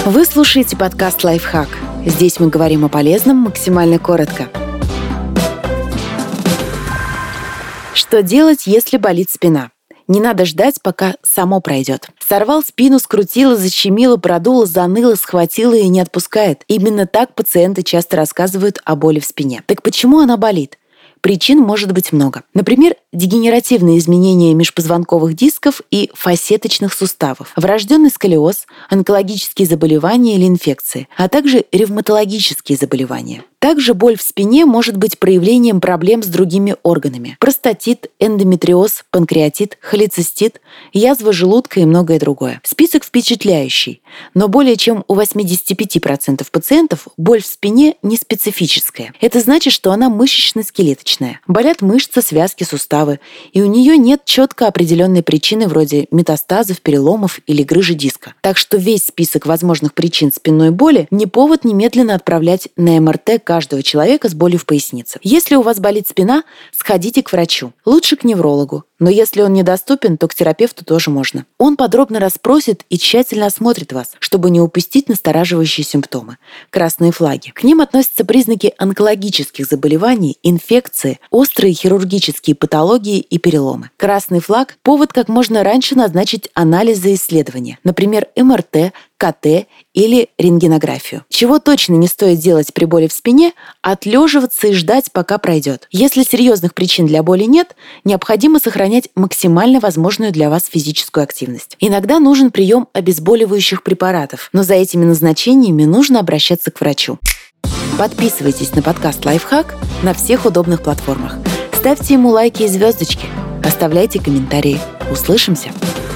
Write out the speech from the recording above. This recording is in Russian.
Вы слушаете подкаст «Лайфхак». Здесь мы говорим о полезном максимально коротко. Что делать, если болит спина? Не надо ждать, пока само пройдет. Сорвал спину, скрутило, защемило, продуло, заныло, схватило и не отпускает. Именно так пациенты часто рассказывают о боли в спине. Так почему она болит? Причин может быть много. Например, дегенеративные изменения межпозвонковых дисков и фасеточных суставов, врожденный сколиоз, онкологические заболевания или инфекции, а также ревматологические заболевания. Также боль в спине может быть проявлением проблем с другими органами. Простатит, эндометриоз, панкреатит, холецистит, язва желудка и многое другое. Список впечатляющий, но более чем у 85% пациентов боль в спине не специфическая. Это значит, что она мышечно-скелеточная. Болят мышцы, связки, суставы, и у нее нет четко определенной причины вроде метастазов, переломов или грыжи диска. Так что весь список возможных причин спинной боли не повод немедленно отправлять на МРТ каждого человека с болью в пояснице. Если у вас болит спина, сходите к врачу. Лучше к неврологу. Но если он недоступен, то к терапевту тоже можно. Он подробно расспросит и тщательно осмотрит вас, чтобы не упустить настораживающие симптомы. Красные флаги. К ним относятся признаки онкологических заболеваний, инфекции, острые хирургические патологии и переломы. Красный флаг – повод как можно раньше назначить анализы и исследования, например, МРТ, КТ или рентгенографию. Чего точно не стоит делать при боли в спине – отлеживаться и ждать, пока пройдет. Если серьезных причин для боли нет, необходимо сохранять максимально возможную для вас физическую активность. Иногда нужен прием обезболивающих препаратов, но за этими назначениями нужно обращаться к врачу. Подписывайтесь на подкаст «Лайфхак» на всех удобных платформах. Ставьте ему лайки и звездочки. Оставляйте комментарии. Услышимся!